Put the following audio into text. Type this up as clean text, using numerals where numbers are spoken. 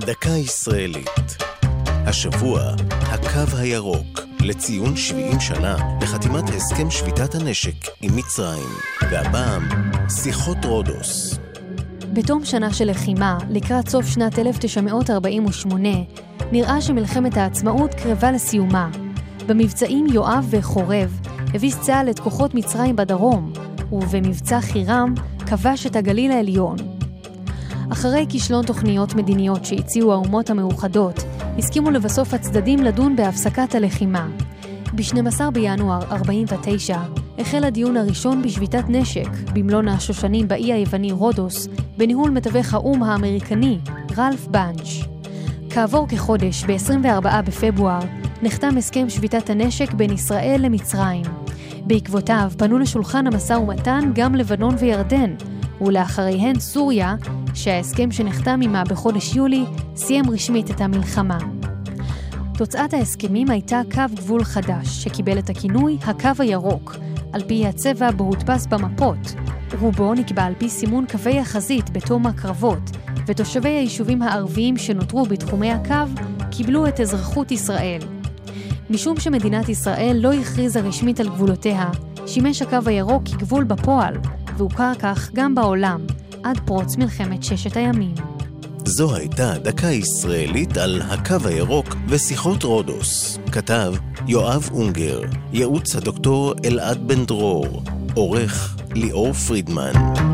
דקה ישראלית. השבוע, הקו הירוק, לציון 70 שנה לחתימת הסכם שביתת הנשק עם מצרים, והפעם, שיחות רודוס. בתום שנה של לחימה, לקראת סוף שנת 1948, נראה שמלחמת העצמאות קרבה לסיומה. במבצעים יואב וחורב הביס צה"ל את כוחות מצרים בדרום, ובמבצע חירם כבש את הגליל העליון. אחרי כישלון תוכניות מדיניות שהציעו האומות המאוחדות, הסכימו לבסוף הצדדים לדון בהפסקת הלחימה. ב-12 בינואר 49 החל הדיון הראשון בשביתת נשק במלון השושנים באי היווני רודוס, בניהול מתווך האום האמריקני רלף בנץ'. כעבור כחודש, ב-24 בפברואר, נחתם הסכם שביתת הנשק בין ישראל למצרים. בעקבותיו פנו לשולחן המשא ומתן גם לבנון וירדן, ולאחריהן סוריה, שההסכם שנחתם עמה בחודש יולי סיים רשמית את המלחמה. תוצאת ההסכמים הייתה קו גבול חדש, שקיבל את הכינוי הקו הירוק, על פי הצבע בו הודפס במפות. רובו נקבע על פי סימון קווי החזית בתום הקרבות, ותושבי היישובים הערביים שנותרו בתחומי הקו קיבלו את אזרחות ישראל. משום שמדינת ישראל לא הכריזה רשמית על גבולותיה, שימש הקו הירוק כגבול בפועל, והוכר כך גם בעולם, עד פרוץ מלחמת ששת הימים. זו הייתה דקה ישראלית על הקו הירוק ושיחות רודוס. כתב יואב אונגר, ייעוץ הדוקטור אלעד בן דרור, עורך ליאור פרידמן.